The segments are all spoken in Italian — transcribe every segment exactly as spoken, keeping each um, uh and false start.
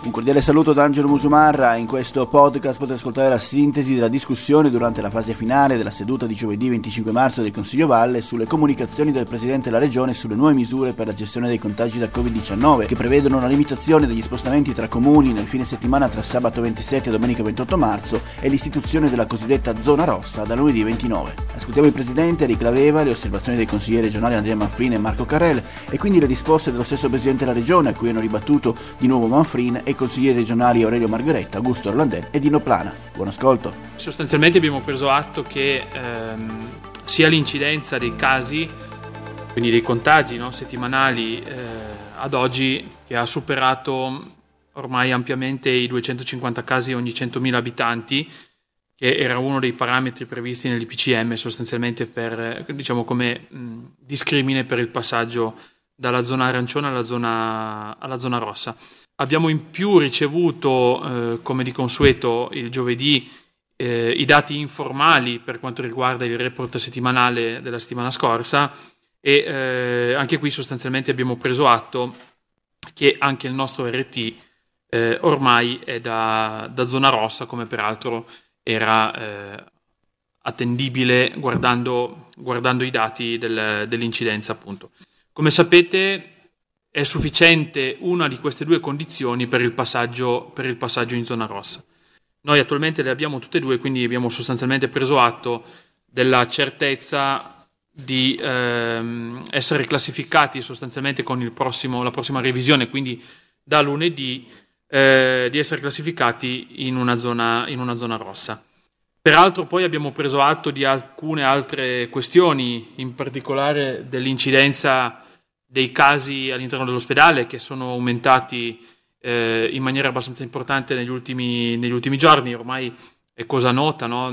Un cordiale saluto da Angelo Musumarra. In questo podcast potete ascoltare la sintesi della discussione durante la fase finale della seduta di giovedì venticinque marzo del Consiglio Valle sulle comunicazioni del Presidente della Regione sulle nuove misure per la gestione dei contagi da covid diciannove, che prevedono una limitazione degli spostamenti tra comuni nel fine settimana tra sabato ventisette e domenica ventotto marzo e l'istituzione della cosiddetta zona rossa da lunedì ventinove. Ascoltiamo il Presidente, Eric Laveva, le osservazioni dei consiglieri regionali Andrea Manfrin e Marco Carrel e quindi le risposte dello stesso Presidente della Regione, a cui hanno ribattuto di nuovo Manfrin e i consiglieri regionali Aurelio Margaretta, Augusto Orlandel e Dino Plana. Buon ascolto. Sostanzialmente abbiamo preso atto che ehm, sia l'incidenza dei casi, quindi dei contagi no, settimanali eh, ad oggi, che ha superato ormai ampiamente i duecentocinquanta casi ogni centomila abitanti, che era uno dei parametri previsti nell'I P C M sostanzialmente per, diciamo, come mh, discrimine per il passaggio dalla zona arancione alla zona, alla zona rossa. Abbiamo in più ricevuto, eh, come di consueto il giovedì, eh, i dati informali per quanto riguarda il report settimanale della settimana scorsa e eh, anche qui sostanzialmente abbiamo preso atto che anche il nostro R T eh, ormai è da, da zona rossa, come peraltro era eh, attendibile guardando, guardando i dati del, dell'incidenza appunto. Come sapete è sufficiente una di queste due condizioni per il passaggio, per il passaggio in zona rossa. Noi attualmente le abbiamo tutte e due, quindi abbiamo sostanzialmente preso atto della certezza di ehm, essere classificati sostanzialmente con il prossimo, la prossima revisione, quindi da lunedì, eh, di essere classificati in una zona, in una zona rossa. Peraltro poi abbiamo preso atto di alcune altre questioni, in particolare dell'incidenza dei casi all'interno dell'ospedale, che sono aumentati eh, in maniera abbastanza importante negli ultimi, negli ultimi giorni. Ormai è cosa nota, no?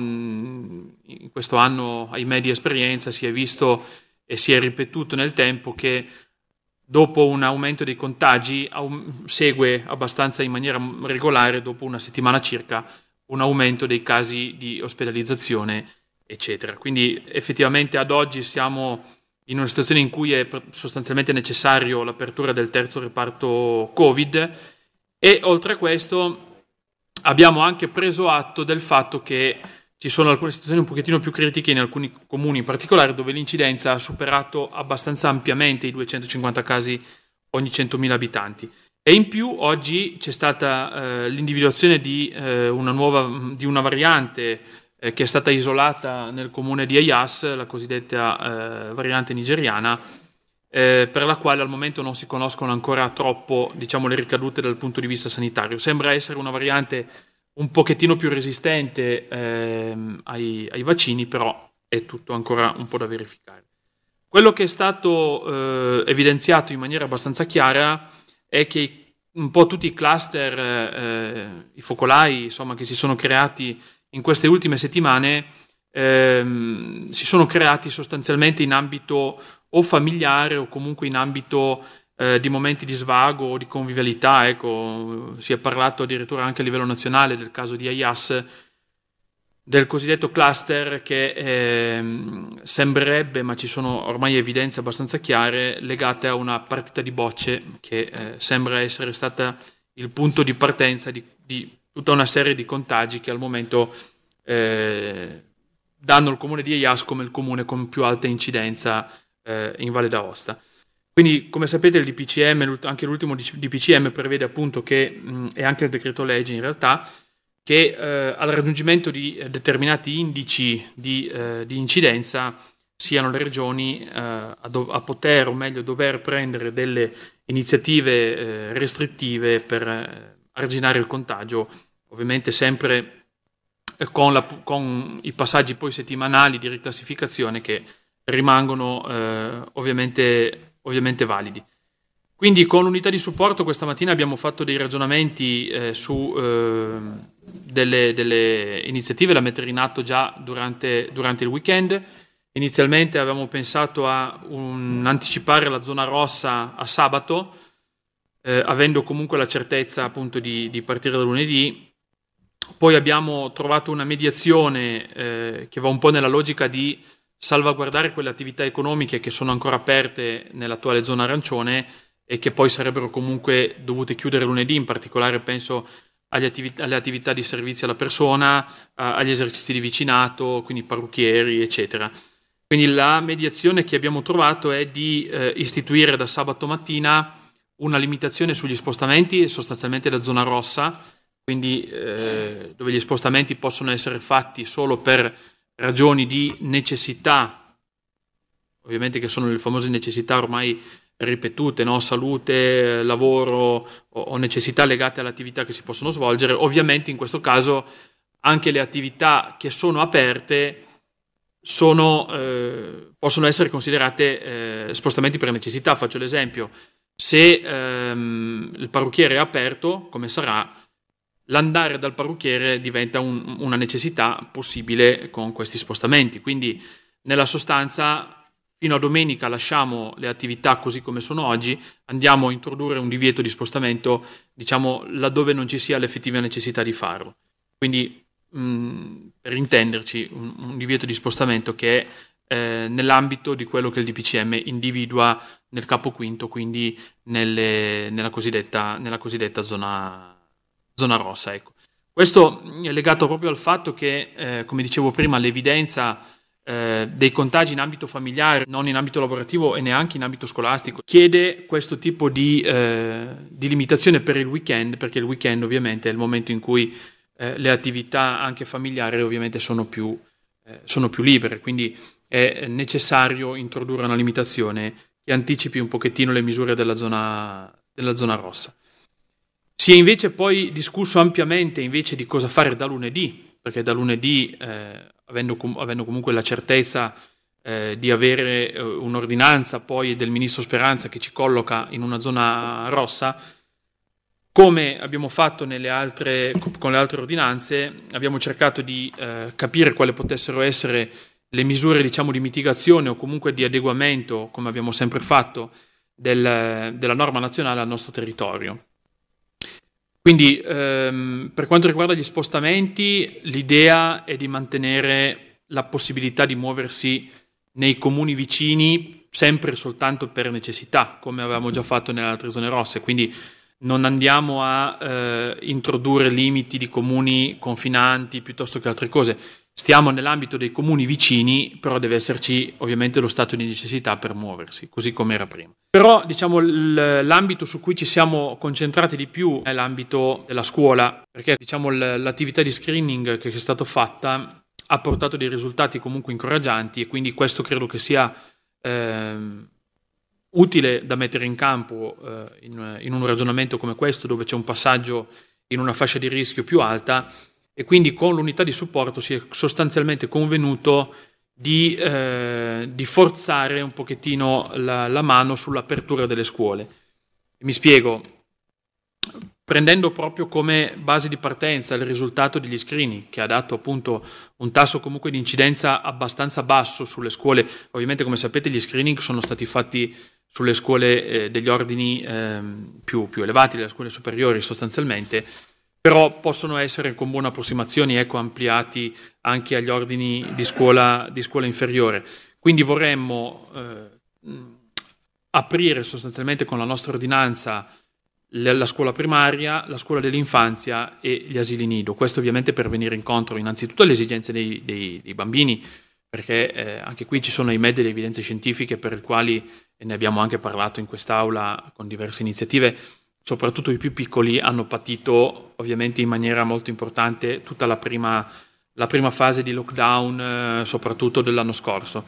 In questo anno, ahimè, di esperienza si è visto e si è ripetuto nel tempo che dopo un aumento dei contagi aum- segue abbastanza in maniera regolare, dopo una settimana circa, un aumento dei casi di ospedalizzazione, eccetera. Quindi effettivamente ad oggi siamo in una situazione in cui è sostanzialmente necessario l'apertura del terzo reparto Covid e oltre a questo abbiamo anche preso atto del fatto che ci sono alcune situazioni un pochettino più critiche in alcuni comuni in particolare, dove l'incidenza ha superato abbastanza ampiamente i duecentocinquanta casi ogni centomila abitanti. E in più oggi c'è stata eh, l'individuazione di, eh, una nuova, di una variante eh, che è stata isolata nel comune di Ayas, la cosiddetta eh, variante nigeriana, eh, per la quale al momento non si conoscono ancora troppo, diciamo, le ricadute dal punto di vista sanitario. Sembra essere una variante un pochettino più resistente eh, ai, ai vaccini, però è tutto ancora un po' da verificare. Quello che è stato eh, evidenziato in maniera abbastanza chiara è che un po' tutti i cluster, eh, i focolai, insomma, che si sono creati in queste ultime settimane, ehm, si sono creati sostanzialmente in ambito o familiare o comunque in ambito eh, di momenti di svago o di convivialità. Ecco, si è parlato addirittura anche a livello nazionale del caso di Ayas, del cosiddetto cluster che eh, sembrerebbe, ma ci sono ormai evidenze abbastanza chiare, legate a una partita di bocce che eh, sembra essere stata il punto di partenza di, di tutta una serie di contagi che al momento eh, danno il comune di Ayas come il comune con più alta incidenza eh, in Valle d'Aosta. Quindi, come sapete, il D P C M, anche l'ultimo D P C M prevede appunto che, mh, e anche il decreto legge in realtà, che eh, al raggiungimento di eh, determinati indici di, eh, di incidenza siano le regioni eh, a, do- a poter, o meglio, dover prendere delle iniziative eh, restrittive per eh, arginare il contagio, ovviamente sempre eh, con, la, con i passaggi poi settimanali di riclassificazione che rimangono eh, ovviamente, ovviamente validi. Quindi con l'unità di supporto questa mattina abbiamo fatto dei ragionamenti eh, su eh, delle, delle iniziative da mettere in atto già durante, durante il weekend. Inizialmente avevamo pensato a un, anticipare la zona rossa a sabato, eh, avendo comunque la certezza appunto di, di partire da lunedì. Poi abbiamo trovato una mediazione eh, che va un po' nella logica di salvaguardare quelle attività economiche che sono ancora aperte nell'attuale zona arancione e che poi sarebbero comunque dovute chiudere lunedì, in particolare penso agli attività, alle attività di servizio alla persona, agli esercizi di vicinato, quindi parrucchieri, eccetera. Quindi la mediazione che abbiamo trovato è di eh, istituire da sabato mattina una limitazione sugli spostamenti, sostanzialmente la zona rossa, quindi eh, dove gli spostamenti possono essere fatti solo per ragioni di necessità, ovviamente che sono le famose necessità ormai ripetute, no? Salute, lavoro o necessità legate alle attività che si possono svolgere. Ovviamente in questo caso anche le attività che sono aperte sono, eh, possono essere considerate eh, spostamenti per necessità. Faccio l'esempio: se ehm, il parrucchiere è aperto, come sarà, l'andare dal parrucchiere diventa un, una necessità possibile con questi spostamenti. Quindi nella sostanza fino a domenica lasciamo le attività così come sono oggi, andiamo a introdurre un divieto di spostamento, diciamo, laddove non ci sia l'effettiva necessità di farlo. Quindi, mh, per intenderci, un, un divieto di spostamento che è eh, nell'ambito di quello che il D P C M individua nel capo quinto, quindi nelle, nella cosiddetta, nella cosiddetta zona, zona rossa. Ecco. Questo è legato proprio al fatto che, eh, come dicevo prima, l'evidenza Eh, dei contagi in ambito familiare, non in ambito lavorativo e neanche in ambito scolastico, chiede questo tipo di, eh, di limitazione per il weekend, perché il weekend ovviamente è il momento in cui eh, le attività anche familiari ovviamente sono più, eh, sono più libere, quindi è necessario introdurre una limitazione che anticipi un pochettino le misure della zona, della zona rossa. Si è invece poi discusso ampiamente invece di cosa fare da lunedì, perché da lunedì eh, Avendo, com- avendo comunque la certezza eh, di avere eh, un'ordinanza poi del Ministro Speranza che ci colloca in una zona rossa, come abbiamo fatto nelle altre, con le altre ordinanze, abbiamo cercato di eh, capire quali potessero essere le misure, diciamo, di mitigazione o comunque di adeguamento, come abbiamo sempre fatto, del, della norma nazionale al nostro territorio. Quindi ehm, per quanto riguarda gli spostamenti, l'idea è di mantenere la possibilità di muoversi nei comuni vicini sempre soltanto per necessità, come avevamo già fatto nelle altre zone rosse, quindi non andiamo a eh, introdurre limiti di comuni confinanti piuttosto che altre cose. Stiamo nell'ambito dei comuni vicini, però deve esserci ovviamente lo stato di necessità per muoversi, così come era prima. Però diciamo l'ambito su cui ci siamo concentrati di più è l'ambito della scuola, perché diciamo l'attività di screening che è stata fatta ha portato dei risultati comunque incoraggianti e quindi questo credo che sia eh, utile da mettere in campo eh, in, in un ragionamento come questo, dove c'è un passaggio in una fascia di rischio più alta. E quindi con l'unità di supporto si è sostanzialmente convenuto di, eh, di forzare un pochettino la, la mano sull'apertura delle scuole. E mi spiego, prendendo proprio come base di partenza il risultato degli screening, che ha dato appunto un tasso comunque di incidenza abbastanza basso sulle scuole. Ovviamente, come sapete, gli screening sono stati fatti sulle scuole eh, degli ordini eh, più, più elevati, le scuole superiori sostanzialmente, però possono essere con buone approssimazioni ecco, ampliati anche agli ordini di scuola, di scuola inferiore. Quindi vorremmo eh, aprire sostanzialmente con la nostra ordinanza la scuola primaria, la scuola dell'infanzia e gli asili nido. Questo ovviamente per venire incontro innanzitutto alle esigenze dei, dei, dei bambini, perché eh, anche qui ci sono i mezzi e le evidenze scientifiche per i quali, e ne abbiamo anche parlato in quest'aula con diverse iniziative, soprattutto i più piccoli hanno patito ovviamente in maniera molto importante tutta la prima, la prima fase di lockdown, eh, soprattutto dell'anno scorso.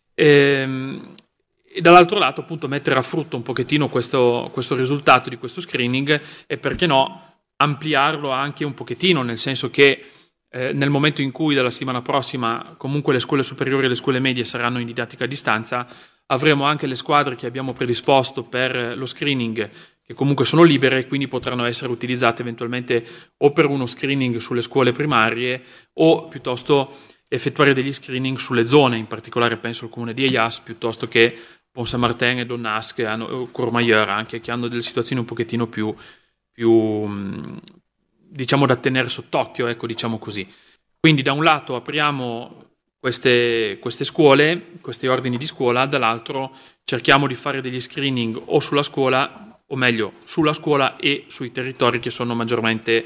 Ehm, e dall'altro lato appunto mettere a frutto un pochettino questo, questo risultato di questo screening e perché no ampliarlo anche un pochettino, nel senso che eh, nel momento in cui dalla settimana prossima comunque le scuole superiori e le scuole medie saranno in didattica a distanza, avremo anche le squadre che abbiamo predisposto per lo screening che comunque sono libere e quindi potranno essere utilizzate eventualmente o per uno screening sulle scuole primarie o piuttosto effettuare degli screening sulle zone, in particolare penso al comune di Eyas piuttosto che Pont-Saint-Martin e Donnas che hanno, Courmayeur anche, che hanno delle situazioni un pochettino più, più diciamo da tenere sott'occhio, ecco, diciamo così. Quindi da un lato apriamo queste, queste scuole, questi ordini di scuola, dall'altro cerchiamo di fare degli screening o sulla scuola o meglio sulla scuola e sui territori che sono maggiormente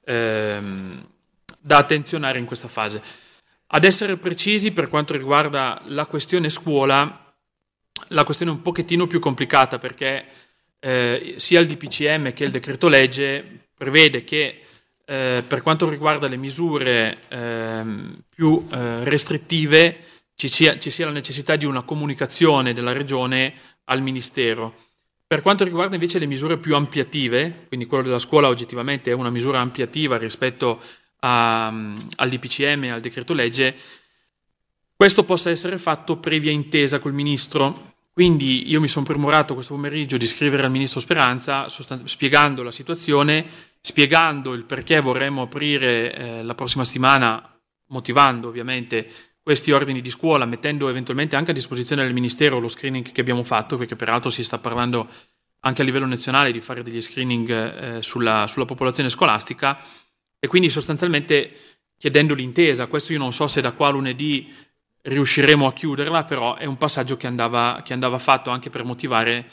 ehm, da attenzionare in questa fase. Ad essere precisi, per quanto riguarda la questione scuola, la questione è un pochettino più complicata, perché eh, sia il D P C M che il decreto legge prevede che eh, per quanto riguarda le misure eh, più eh, restrittive ci sia, ci sia la necessità di una comunicazione della Regione al Ministero. Per quanto riguarda invece le misure più ampliative, quindi quello della scuola oggettivamente è una misura ampliativa rispetto a, al D P C M e al decreto legge, questo possa essere fatto previa intesa col Ministro. Quindi io mi sono premurato questo pomeriggio di scrivere al Ministro Speranza sostan- spiegando la situazione, spiegando il perché vorremmo aprire eh, la prossima settimana, motivando ovviamente questi ordini di scuola, mettendo eventualmente anche a disposizione del Ministero lo screening che abbiamo fatto, perché peraltro si sta parlando anche a livello nazionale di fare degli screening eh, sulla, sulla popolazione scolastica, e quindi sostanzialmente chiedendo l'intesa. Questo io non so se da qua a lunedì riusciremo a chiuderla, però è un passaggio che andava, che andava fatto anche per motivare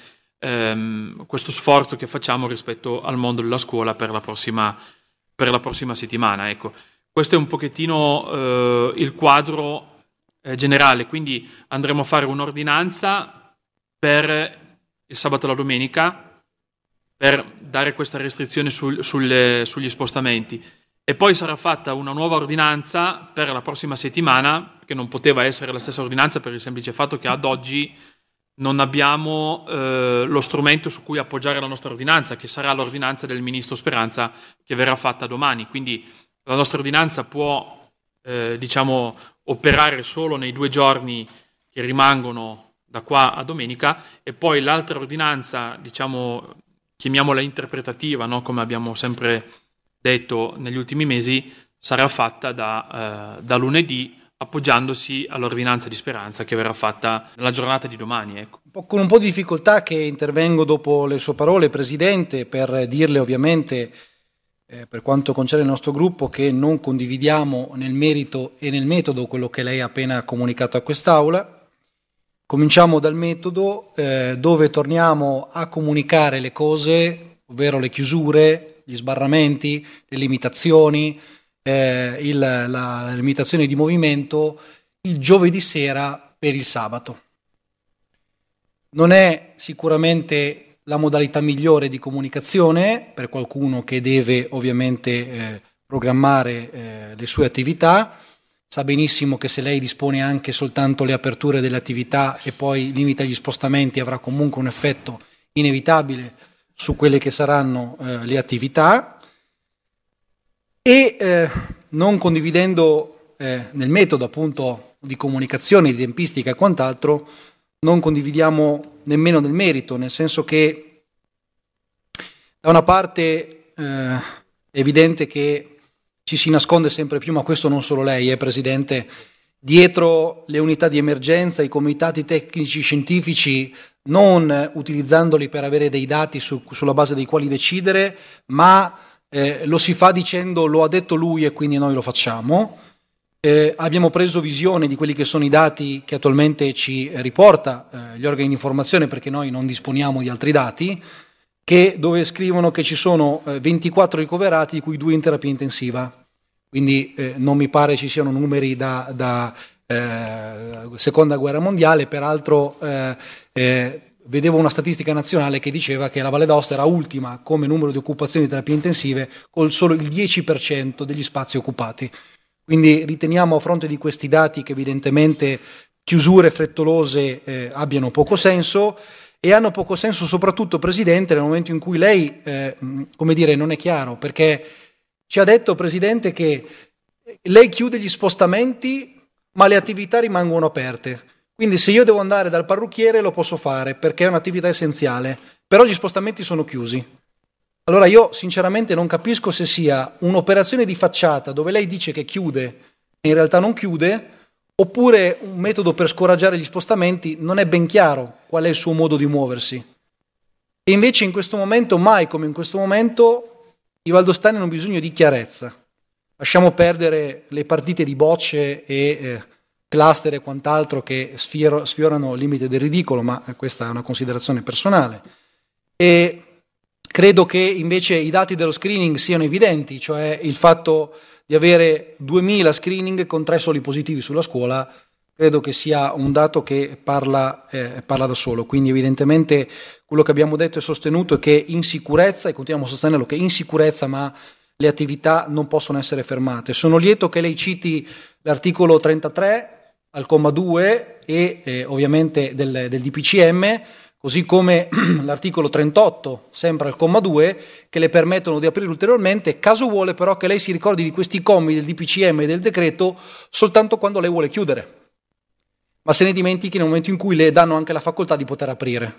ehm, questo sforzo che facciamo rispetto al mondo della scuola per la prossima, per la prossima settimana. Ecco. Questo è un pochettino eh, il quadro eh, generale, quindi andremo a fare un'ordinanza per il sabato e la domenica per dare questa restrizione sul, sul, sugli spostamenti, e poi sarà fatta una nuova ordinanza per la prossima settimana, che non poteva essere la stessa ordinanza per il semplice fatto che ad oggi non abbiamo eh, lo strumento su cui appoggiare la nostra ordinanza, che sarà l'ordinanza del Ministro Speranza che verrà fatta domani. Quindi la nostra ordinanza può eh, diciamo operare solo nei due giorni che rimangono da qua a domenica, e poi l'altra ordinanza, diciamo, chiamiamola interpretativa, no? Come abbiamo sempre detto negli ultimi mesi, sarà fatta da, eh, da lunedì, appoggiandosi all'ordinanza di Speranza che verrà fatta nella giornata di domani. Ecco. Con un po' di difficoltà che intervengo dopo le sue parole, Presidente, per dirle ovviamente, eh, per quanto concerne il nostro gruppo, che non condividiamo nel merito e nel metodo quello che lei ha appena comunicato a quest'Aula. Cominciamo dal metodo, eh, dove torniamo a comunicare le cose, ovvero le chiusure, gli sbarramenti, le limitazioni, eh, il, la, la limitazione di movimento il giovedì sera per il sabato. Non è sicuramente la modalità migliore di comunicazione per qualcuno che deve ovviamente eh, programmare eh, le sue attività. Sa benissimo che se lei dispone anche soltanto le aperture delle attività e poi limita gli spostamenti, avrà comunque un effetto inevitabile su quelle che saranno eh, le attività. E eh, non condividendo eh, nel metodo appunto di comunicazione, di tempistica e quant'altro, non condividiamo nemmeno nel merito, nel senso che da una parte eh, è evidente che ci si nasconde sempre più, ma questo non solo lei, eh, Presidente, dietro le unità di emergenza, i comitati tecnici scientifici, non utilizzandoli per avere dei dati su, sulla base dei quali decidere, ma eh, lo si fa dicendo lo ha detto lui e quindi noi lo facciamo. Eh, abbiamo preso visione di quelli che sono i dati che attualmente ci riporta eh, gli organi di informazione, perché noi non disponiamo di altri dati, che dove scrivono che ci sono eh, ventiquattro ricoverati, di cui due in terapia intensiva. Quindi eh, non mi pare ci siano numeri da, da eh, seconda guerra mondiale. Peraltro eh, eh, vedevo una statistica nazionale che diceva che la Valle d'Aosta era ultima come numero di occupazioni di terapie intensive, con solo il dieci per cento degli spazi occupati. Quindi riteniamo, a fronte di questi dati, che evidentemente chiusure frettolose eh, abbiano poco senso, e hanno poco senso soprattutto, Presidente, nel momento in cui lei, eh, come dire, non è chiaro, perché ci ha detto, Presidente, che lei chiude gli spostamenti ma le attività rimangono aperte. Quindi se io devo andare dal parrucchiere lo posso fare perché è un'attività essenziale, però gli spostamenti sono chiusi. Allora io sinceramente non capisco se sia un'operazione di facciata dove lei dice che chiude e in realtà non chiude, oppure un metodo per scoraggiare gli spostamenti. Non è ben chiaro qual è il suo modo di muoversi. E invece in questo momento, mai come in questo momento, i valdostani hanno bisogno di chiarezza. Lasciamo perdere le partite di bocce e eh, cluster e quant'altro che sfioro, sfiorano il limite del ridicolo, ma questa è una considerazione personale. E credo che invece i dati dello screening siano evidenti, cioè il fatto di avere duemila screening con tre soli positivi sulla scuola, credo che sia un dato che parla, eh, parla da solo. Quindi evidentemente quello che abbiamo detto e sostenuto è che in sicurezza, e continuiamo a sostenerlo, che in sicurezza ma le attività non possono essere fermate. Sono lieto che lei citi l'articolo trentatré al comma due e eh, ovviamente del, del D P C M, così come l'articolo trentotto, sempre al comma due, che le permettono di aprire ulteriormente, caso vuole però che lei si ricordi di questi commi del D P C M e del decreto soltanto quando lei vuole chiudere, ma se ne dimentichi nel momento in cui le danno anche la facoltà di poter aprire.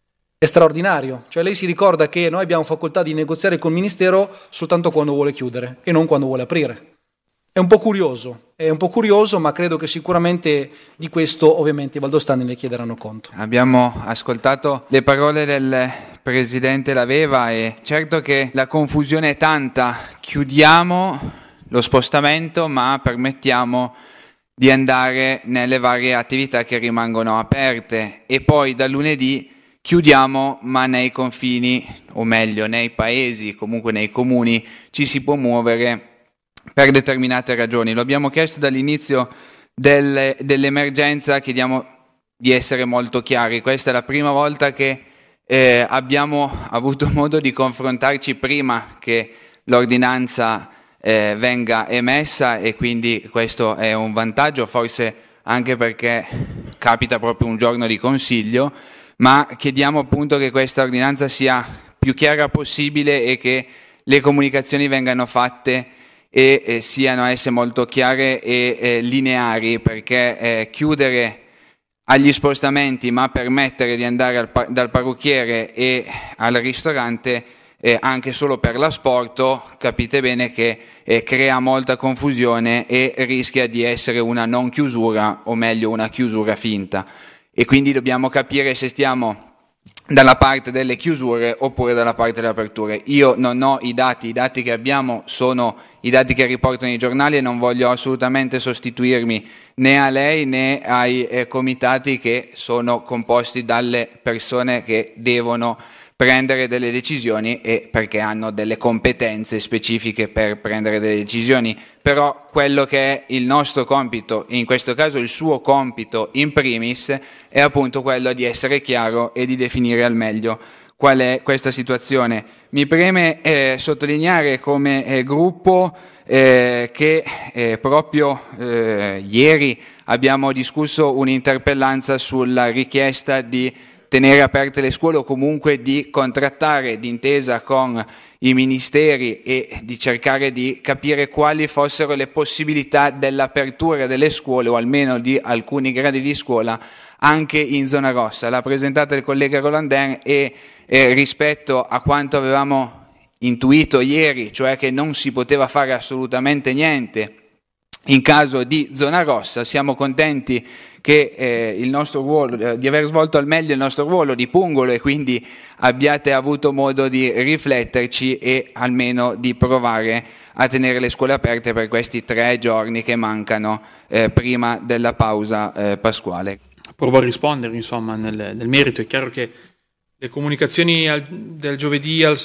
È straordinario, cioè lei si ricorda che noi abbiamo facoltà di negoziare col Ministero soltanto quando vuole chiudere e non quando vuole aprire. È un po' curioso, è un po' curioso, ma credo che sicuramente di questo ovviamente i valdostani ne chiederanno conto. Abbiamo ascoltato le parole del Presidente Laveva e certo che la confusione è tanta. Chiudiamo lo spostamento ma permettiamo di andare nelle varie attività che rimangono aperte e poi da lunedì chiudiamo ma nei confini, o meglio nei paesi, comunque nei comuni ci si può muovere per determinate ragioni. Lo abbiamo chiesto dall'inizio del, dell'emergenza, chiediamo di essere molto chiari. Questa è la prima volta che eh, abbiamo avuto modo di confrontarci prima che l'ordinanza eh, venga emessa e quindi questo è un vantaggio, forse anche perché capita proprio un giorno di consiglio, ma chiediamo appunto che questa ordinanza sia più chiara possibile e che le comunicazioni vengano fatte e eh, siano esse molto chiare e eh, lineari, perché eh, chiudere agli spostamenti ma permettere di andare al par- dal parrucchiere e al ristorante eh, anche solo per l'asporto, capite bene che eh, crea molta confusione e rischia di essere una non chiusura, o meglio una chiusura finta, e quindi dobbiamo capire se stiamo dalla parte delle chiusure oppure dalla parte delle aperture. Io non ho i dati, i dati che abbiamo sono i dati che riportano i giornali e non voglio assolutamente sostituirmi né a lei né ai eh, comitati che sono composti dalle persone che devono prendere delle decisioni e perché hanno delle competenze specifiche per prendere delle decisioni. Però quello che è il nostro compito, in questo caso il suo compito in primis, è appunto quello di essere chiaro e di definire al meglio qual è questa situazione. Mi preme eh, sottolineare come eh, gruppo eh, che eh, proprio eh, ieri abbiamo discusso un'interpellanza sulla richiesta di tenere aperte le scuole o comunque di contrattare d'intesa con i ministeri e di cercare di capire quali fossero le possibilità dell'apertura delle scuole o almeno di alcuni gradi di scuola anche in zona rossa. L'ha presentata il collega Rolandin e eh, rispetto a quanto avevamo intuito ieri, cioè che non si poteva fare assolutamente niente in caso di zona rossa, siamo contenti che eh, il nostro ruolo, eh, di aver svolto al meglio il nostro ruolo di pungolo e quindi abbiate avuto modo di rifletterci e almeno di provare a tenere le scuole aperte per questi tre giorni che mancano eh, prima della pausa eh, pasquale. Provo a rispondere insomma nel, nel merito. È chiaro che le comunicazioni al, del giovedì al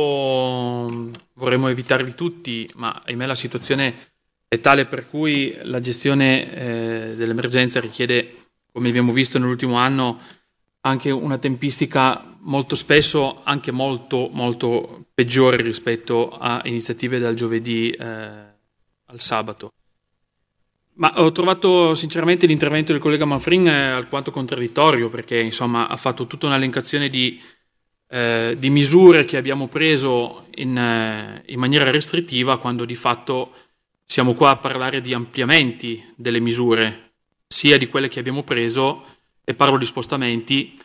sabato vorremmo evitarli tutti, ma ahimè la situazione è tale per cui la gestione eh, dell'emergenza richiede, come abbiamo visto nell'ultimo anno, anche una tempistica molto spesso anche molto molto peggiore rispetto a iniziative dal giovedì eh, al sabato. Ma ho trovato sinceramente l'intervento del collega Manfrin eh, alquanto contraddittorio, perché insomma ha fatto tutta un'elencazione di, eh, di misure che abbiamo preso in, eh, in maniera restrittiva, quando di fatto siamo qua a parlare di ampliamenti delle misure, sia di quelle che abbiamo preso, e parlo di spostamenti.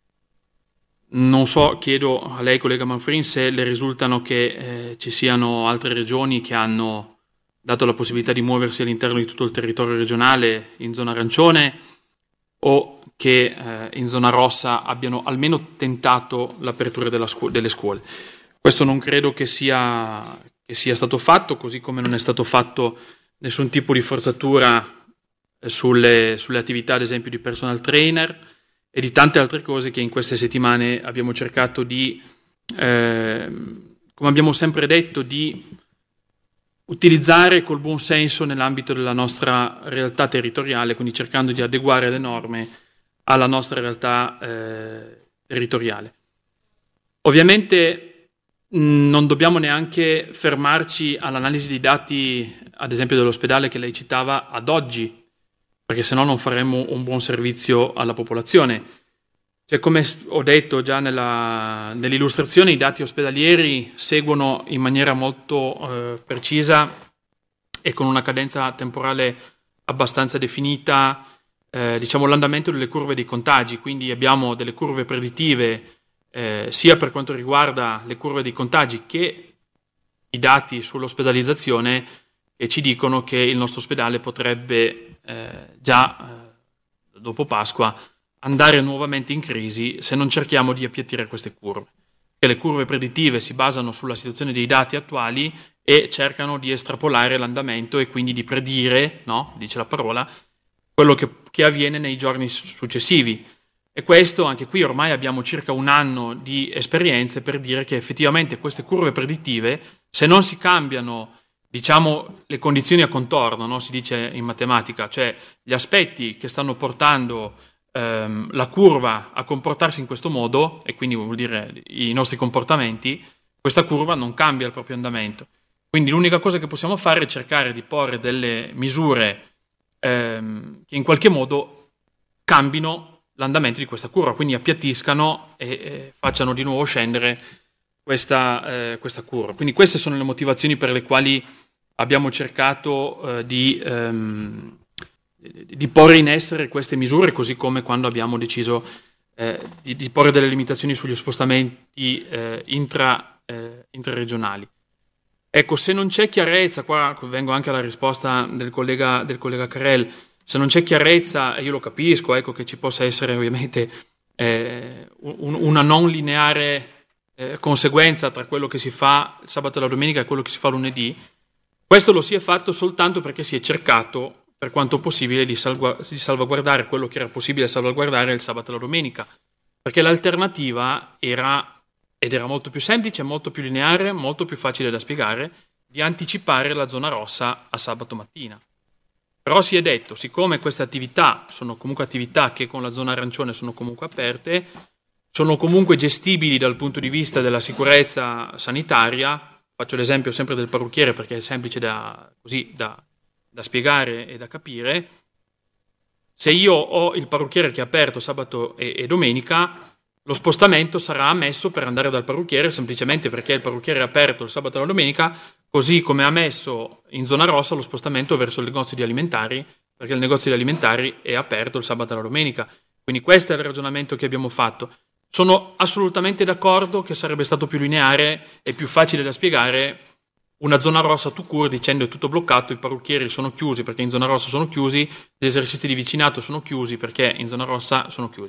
Non so, chiedo a lei, collega Manfrin, se le risultano che eh, ci siano altre regioni che hanno dato la possibilità di muoversi all'interno di tutto il territorio regionale in zona arancione, o che eh, in zona rossa abbiano almeno tentato l'apertura della scu- delle scuole. Questo non credo che sia... che sia stato fatto, così come non è stato fatto nessun tipo di forzatura sulle, sulle attività, ad esempio, di personal trainer e di tante altre cose che in queste settimane abbiamo cercato di eh, come abbiamo sempre detto, di utilizzare col buon senso nell'ambito della nostra realtà territoriale, quindi cercando di adeguare le norme alla nostra realtà eh, territoriale. Ovviamente mh, non dobbiamo neanche fermarci all'analisi dei dati, ad esempio dell'ospedale che lei citava, ad oggi, perché se no non faremmo un buon servizio alla popolazione. Cioè, come ho detto già nella, nell'illustrazione, i dati ospedalieri seguono in maniera molto eh, precisa e con una cadenza temporale abbastanza definita eh, diciamo, l'andamento delle curve dei contagi, quindi abbiamo delle curve predittive eh, sia per quanto riguarda le curve dei contagi che i dati sull'ospedalizzazione che ci dicono che il nostro ospedale potrebbe eh, già eh, dopo Pasqua andare nuovamente in crisi se non cerchiamo di appiattire queste curve. Che le curve predittive si basano sulla situazione dei dati attuali e cercano di estrapolare l'andamento e quindi di predire, no, dice la parola, quello che, che avviene nei giorni successivi. E questo, anche qui ormai abbiamo circa un anno di esperienze per dire che effettivamente queste curve predittive, se non si cambiano, diciamo, le condizioni a contorno, no, si dice in matematica, cioè gli aspetti che stanno portando la curva a comportarsi in questo modo, e quindi vuol dire i nostri comportamenti, questa curva non cambia il proprio andamento. Quindi l'unica cosa che possiamo fare è cercare di porre delle misure ehm, che in qualche modo cambino l'andamento di questa curva, quindi appiattiscano e, e facciano di nuovo scendere questa, eh, questa curva. Quindi queste sono le motivazioni per le quali abbiamo cercato eh, di ehm, di porre in essere queste misure, così come quando abbiamo deciso eh, di, di porre delle limitazioni sugli spostamenti eh, intra, eh, intraregionali. Ecco, se non c'è chiarezza, qua vengo anche alla risposta del collega, del collega Carrel, se non c'è chiarezza, e io lo capisco, ecco, che ci possa essere ovviamente eh, un, una non lineare eh, conseguenza tra quello che si fa il sabato e la domenica e quello che si fa lunedì, questo lo si è fatto soltanto perché si è cercato per quanto possibile di, salva, di salvaguardare quello che era possibile salvaguardare il sabato e la domenica, perché l'alternativa era, ed era molto più semplice, molto più lineare, molto più facile da spiegare, di anticipare la zona rossa a sabato mattina. Però si è detto, siccome queste attività sono comunque attività che con la zona arancione sono comunque aperte, sono comunque gestibili dal punto di vista della sicurezza sanitaria, faccio l'esempio sempre del parrucchiere perché è semplice da, così, da da spiegare e da capire, se io ho il parrucchiere che è aperto sabato e, e domenica, lo spostamento sarà ammesso per andare dal parrucchiere semplicemente perché il parrucchiere è aperto il sabato e la domenica, così come è ammesso in zona rossa lo spostamento verso il negozio di alimentari, perché il negozio di alimentari è aperto il sabato e la domenica. Quindi questo è il ragionamento che abbiamo fatto. Sono assolutamente d'accordo che sarebbe stato più lineare e più facile da spiegare una zona rossa tout court dicendo è tutto bloccato, i parrucchieri sono chiusi perché in zona rossa sono chiusi, gli esercizi di vicinato sono chiusi perché in zona rossa sono chiusi.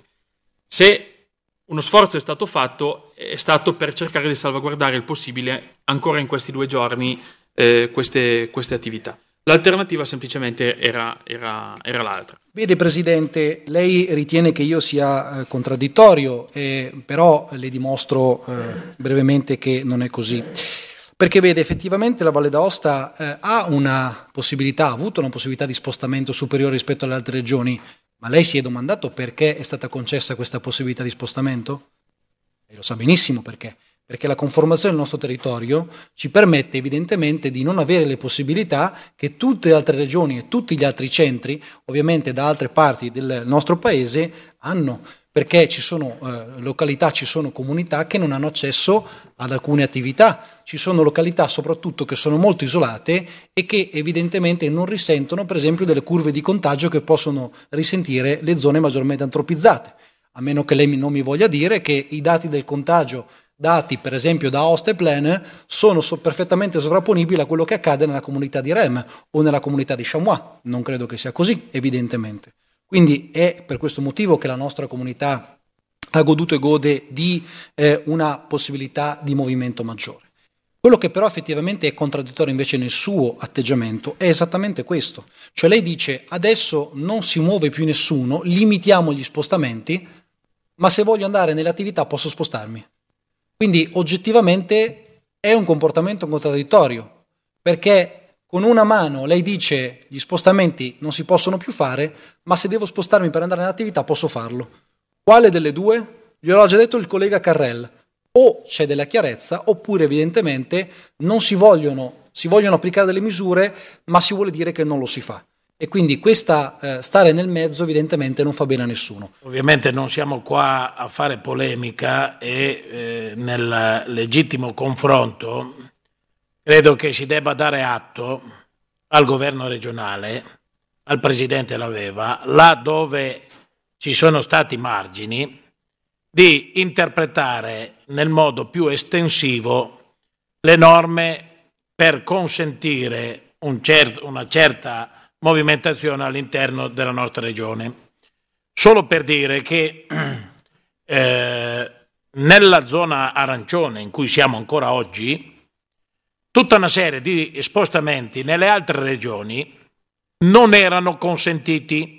Se uno sforzo è stato fatto, è stato per cercare di salvaguardare il possibile ancora in questi due giorni eh, queste, queste attività. L'alternativa semplicemente era, era, era l'altra. Vede Presidente, lei ritiene che io sia eh, contraddittorio, eh, però le dimostro eh, brevemente che non è così. Perché vede, effettivamente la Valle d'Aosta eh, ha una possibilità, ha avuto una possibilità di spostamento superiore rispetto alle altre regioni, ma lei si è domandato perché è stata concessa questa possibilità di spostamento? E lo sa benissimo perché. Perché la conformazione del nostro territorio ci permette evidentemente di non avere le possibilità che tutte le altre regioni e tutti gli altri centri, ovviamente da altre parti del nostro paese, hanno. Perché ci sono eh, località, ci sono comunità che non hanno accesso ad alcune attività, ci sono località soprattutto che sono molto isolate e che evidentemente non risentono per esempio delle curve di contagio che possono risentire le zone maggiormente antropizzate, a meno che lei non mi voglia dire che i dati del contagio dati per esempio da Aosta e Plaine sono so- perfettamente sovrapponibili a quello che accade nella comunità di Rem o nella comunità di Chamois, non credo che sia così evidentemente. Quindi è per questo motivo che la nostra comunità ha goduto e gode di eh, una possibilità di movimento maggiore. Quello che però effettivamente è contraddittorio invece nel suo atteggiamento è esattamente questo. Cioè lei dice adesso non si muove più nessuno, limitiamo gli spostamenti, ma se voglio andare nelle attività posso spostarmi. Quindi oggettivamente è un comportamento contraddittorio, perché con una mano lei dice gli spostamenti non si possono più fare, ma se devo spostarmi per andare in attività posso farlo. Quale delle due? Glielo ha già detto il collega Carrel. O c'è della chiarezza, oppure evidentemente non si vogliono, si vogliono applicare delle misure, ma si vuole dire che non lo si fa. E quindi questa eh, stare nel mezzo evidentemente non fa bene a nessuno. Ovviamente non siamo qua a fare polemica e eh, nel legittimo confronto credo che si debba dare atto al governo regionale, al Presidente Laveva, là dove ci sono stati margini, di interpretare nel modo più estensivo le norme per consentire un cer- una certa movimentazione all'interno della nostra regione. Solo per dire che eh, nella zona arancione in cui siamo ancora oggi, tutta una serie di spostamenti nelle altre regioni non erano consentiti.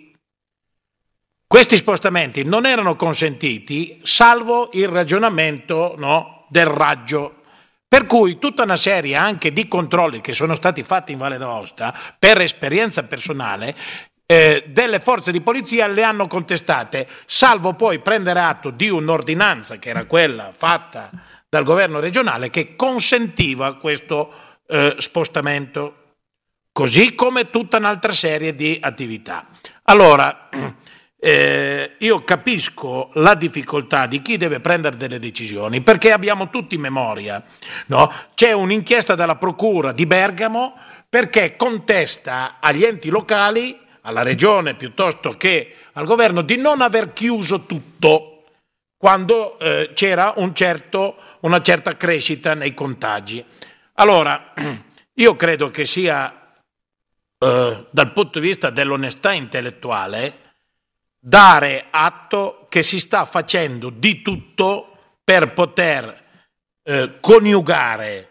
Questi spostamenti non erano consentiti salvo il ragionamento, no, del raggio. Per cui tutta una serie anche di controlli che sono stati fatti in Valle d'Aosta, per esperienza personale, eh, delle forze di polizia le hanno contestate, salvo poi prendere atto di un'ordinanza che era quella fatta dal governo regionale che consentiva questo eh, spostamento, così come tutta un'altra serie di attività. Allora, Eh, io capisco la difficoltà di chi deve prendere delle decisioni, perché abbiamo tutti memoria, no? C'è un'inchiesta della Procura di Bergamo perché contesta agli enti locali, alla regione piuttosto che al governo, di non aver chiuso tutto quando eh, c'era un certo, una certa crescita nei contagi. Allora, io credo che sia eh, dal punto di vista dell'onestà intellettuale dare atto che si sta facendo di tutto per poter eh, coniugare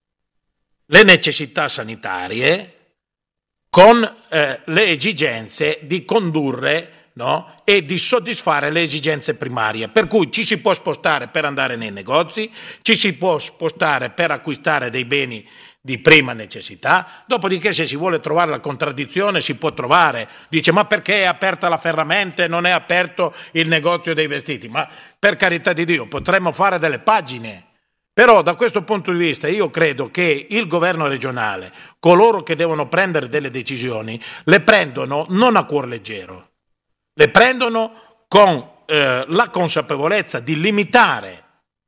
le necessità sanitarie con eh, le esigenze di condurre, no, e di soddisfare le esigenze primarie. Per cui ci si può spostare per andare nei negozi, ci si può spostare per acquistare dei beni di prima necessità, dopodiché se si vuole trovare la contraddizione si può trovare, dice ma perché è aperta la ferramenta e non è aperto il negozio dei vestiti? Ma per carità di Dio, potremmo fare delle pagine, però da questo punto di vista io credo che il governo regionale, coloro che devono prendere delle decisioni, le prendono non a cuor leggero, le prendono con eh, la consapevolezza di limitare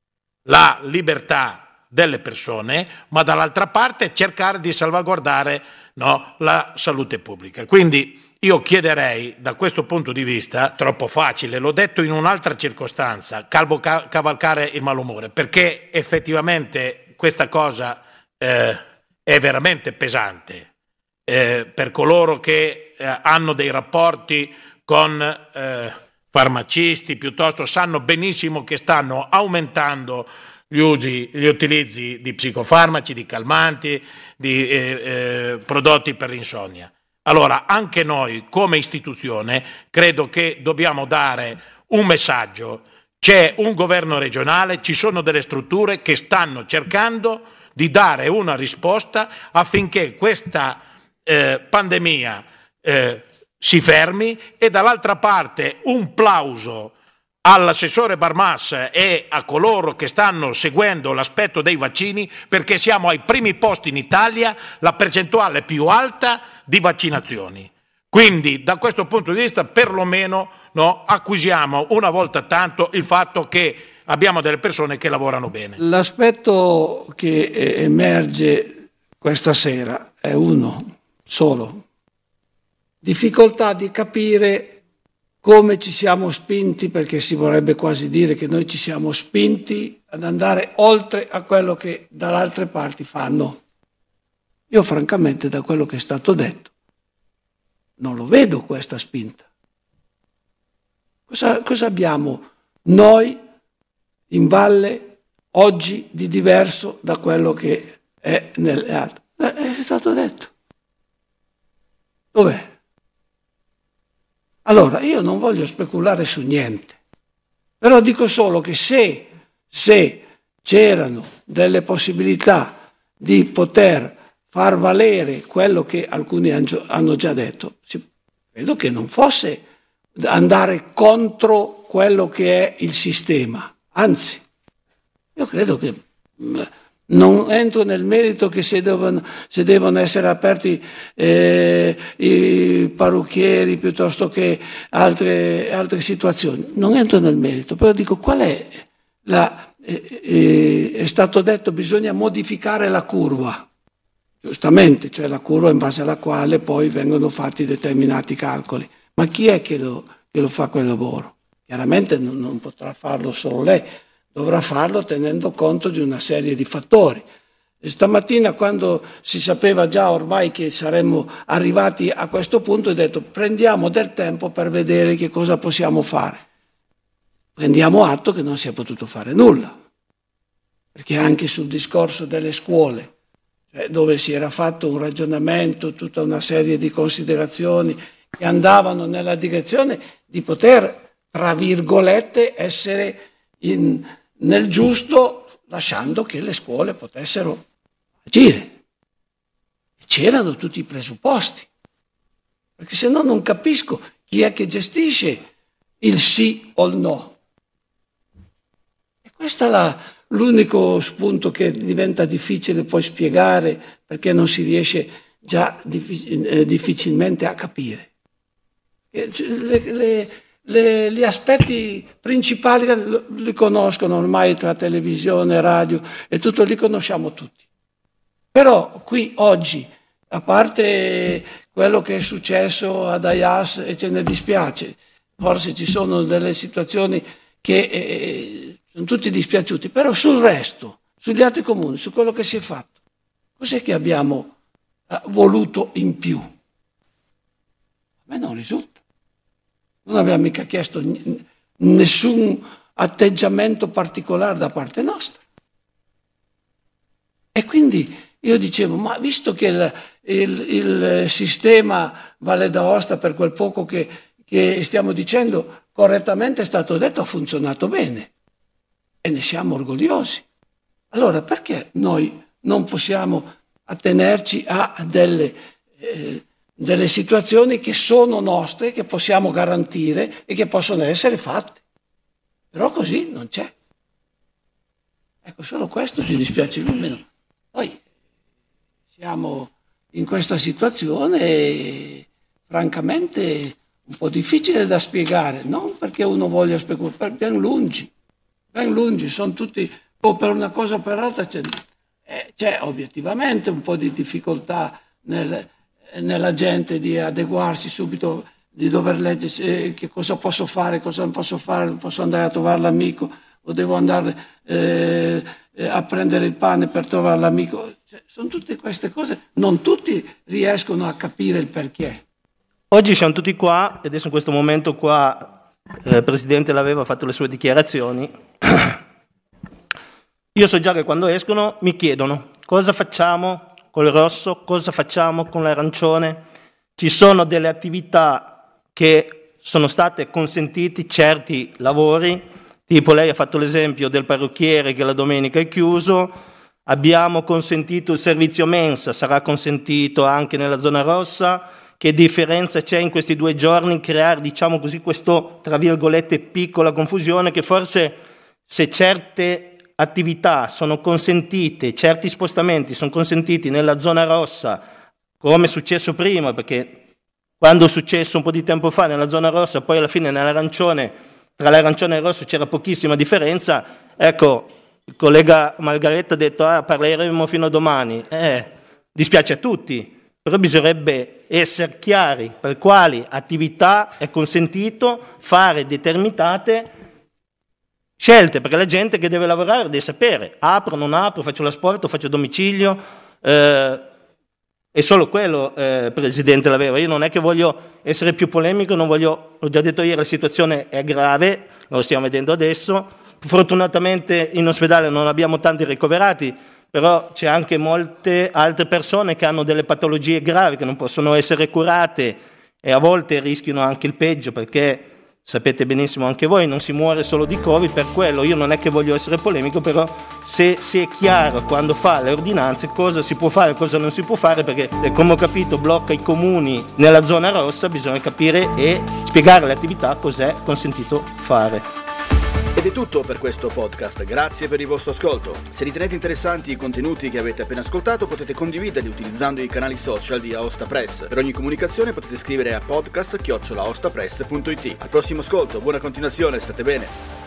la libertà delle persone, ma dall'altra parte cercare di salvaguardare, no, la salute pubblica. Quindi io chiederei da questo punto di vista, troppo facile, l'ho detto in un'altra circostanza, calvo ca- cavalcare il malumore, perché effettivamente questa cosa eh, è veramente pesante eh, per coloro che eh, hanno dei rapporti con eh, farmacisti, piuttosto sanno benissimo che stanno aumentando gli usi, gli utilizzi di psicofarmaci, di calmanti, di eh, eh, prodotti per l'insonnia. Allora, anche noi come istituzione credo che dobbiamo dare un messaggio. C'è un governo regionale, ci sono delle strutture che stanno cercando di dare una risposta affinché questa eh, pandemia eh, si fermi, e dall'altra parte un plauso all'assessore Barmas e a coloro che stanno seguendo l'aspetto dei vaccini, perché siamo ai primi posti in Italia, la percentuale più alta di vaccinazioni. Quindi da questo punto di vista perlomeno, no, acquisiamo una volta tanto il fatto che abbiamo delle persone che lavorano bene. L'aspetto che emerge questa sera è uno solo: difficoltà di capire come ci siamo spinti, perché si vorrebbe quasi dire che noi ci siamo spinti ad andare oltre a quello che dalle altre parti fanno. Io francamente, da quello che è stato detto, non lo vedo questa spinta. Cosa, cosa abbiamo noi in valle oggi di diverso da quello che è nelle altre? Eh, è stato detto. Dov'è? Allora, io non voglio speculare su niente, però dico solo che se, se c'erano delle possibilità di poter far valere quello che alcuni hanno già detto, credo che non fosse andare contro quello che è il sistema, anzi, io credo che non entro nel merito che se devono, se devono essere aperti eh, i parrucchieri piuttosto che altre, altre situazioni, non entro nel merito, però dico qual è la... Eh, eh, è stato detto bisogna modificare la curva, giustamente, cioè la curva in base alla quale poi vengono fatti determinati calcoli, ma chi è che lo, che lo fa quel lavoro? Chiaramente non, non potrà farlo solo lei, dovrà farlo tenendo conto di una serie di fattori. E stamattina, quando si sapeva già ormai che saremmo arrivati a questo punto, ho detto prendiamo del tempo per vedere che cosa possiamo fare. Prendiamo atto che non si è potuto fare nulla, perché anche sul discorso delle scuole, cioè dove si era fatto un ragionamento, tutta una serie di considerazioni che andavano nella direzione di poter, tra virgolette, essere in, nel giusto, lasciando che le scuole potessero agire. C'erano tutti i presupposti, perché se no non capisco chi è che gestisce il sì o il no. E questo è la, l'unico spunto che diventa difficile poi spiegare, perché non si riesce già difficil- eh, difficilmente a capire. Le, le, le, gli aspetti principali li conoscono ormai tra televisione, radio e tutto, li conosciamo tutti. Però qui oggi, a parte quello che è successo ad Aias, e ce ne dispiace, forse ci sono delle situazioni che eh, sono tutti dispiaciuti, però sul resto, sugli altri comuni, su quello che si è fatto, cos'è che abbiamo eh, voluto in più? A me non risulta. Non abbiamo mica chiesto n- nessun atteggiamento particolare da parte nostra. E quindi io dicevo, ma visto che il, il, il sistema Valle d'Aosta, per quel poco che, che stiamo dicendo, correttamente è stato detto, ha funzionato bene e ne siamo orgogliosi. Allora perché noi non possiamo attenerci a delle... Eh, delle situazioni che sono nostre, che possiamo garantire e che possono essere fatte? Però così non c'è. Ecco, solo questo ci dispiace almeno. Poi siamo in questa situazione e francamente un po' difficile da spiegare, non perché uno voglia speculare, ben lungi, ben lungi, sono tutti, o per una cosa o per l'altra c'è, eh, c'è obiettivamente un po' di difficoltà nel... nella gente di adeguarsi subito, di dover leggere eh, che cosa posso fare, cosa non posso fare, non posso andare a trovare l'amico o devo andare eh, a prendere il pane per trovare l'amico. Cioè, sono tutte queste cose, non tutti riescono a capire il perché. Oggi siamo tutti qua e adesso in questo momento qua eh, il Presidente l'aveva fatto le sue dichiarazioni. Io so già che quando escono mi chiedono cosa facciamo col rosso, cosa facciamo con l'arancione. Ci sono delle attività che sono state consentiti, certi lavori, tipo lei ha fatto l'esempio del parrucchiere che la domenica è chiuso, abbiamo consentito il servizio mensa, sarà consentito anche nella zona rossa. Che differenza c'è in questi due giorni creare, diciamo così, questo, tra virgolette, piccola confusione che forse se certe attività sono consentite, certi spostamenti sono consentiti nella zona rossa, come è successo prima, perché quando è successo un po' di tempo fa nella zona rossa, poi alla fine nell'arancione, tra l'arancione e il rosso c'era pochissima differenza, ecco, il collega Margaretta ha detto ah, parleremo fino a domani, eh, dispiace a tutti, però bisognerebbe essere chiari per quali attività è consentito fare determinate scelte, perché la gente che deve lavorare deve sapere, apro, non apro, faccio l'asporto, faccio domicilio, eh, è solo quello, eh, Presidente Laveva. Io non è che voglio essere più polemico, non voglio, l'ho già detto ieri, la situazione è grave, lo stiamo vedendo adesso, fortunatamente in ospedale non abbiamo tanti ricoverati, però c'è anche molte altre persone che hanno delle patologie gravi che non possono essere curate e a volte rischiano anche il peggio perché sapete benissimo anche voi, non si muore solo di Covid, per quello io non è che voglio essere polemico, però se, se è chiaro quando fa le ordinanze cosa si può fare e cosa non si può fare, perché come ho capito blocca i comuni nella zona rossa, bisogna capire e spiegare alle attività cos'è consentito fare. Ed è tutto per questo podcast, grazie per il vostro ascolto. Se ritenete interessanti i contenuti che avete appena ascoltato potete condividerli utilizzando i canali social di Aosta Press. Per ogni comunicazione potete scrivere a podcast chiocciola aostapress punto it. Al prossimo ascolto, buona continuazione, state bene.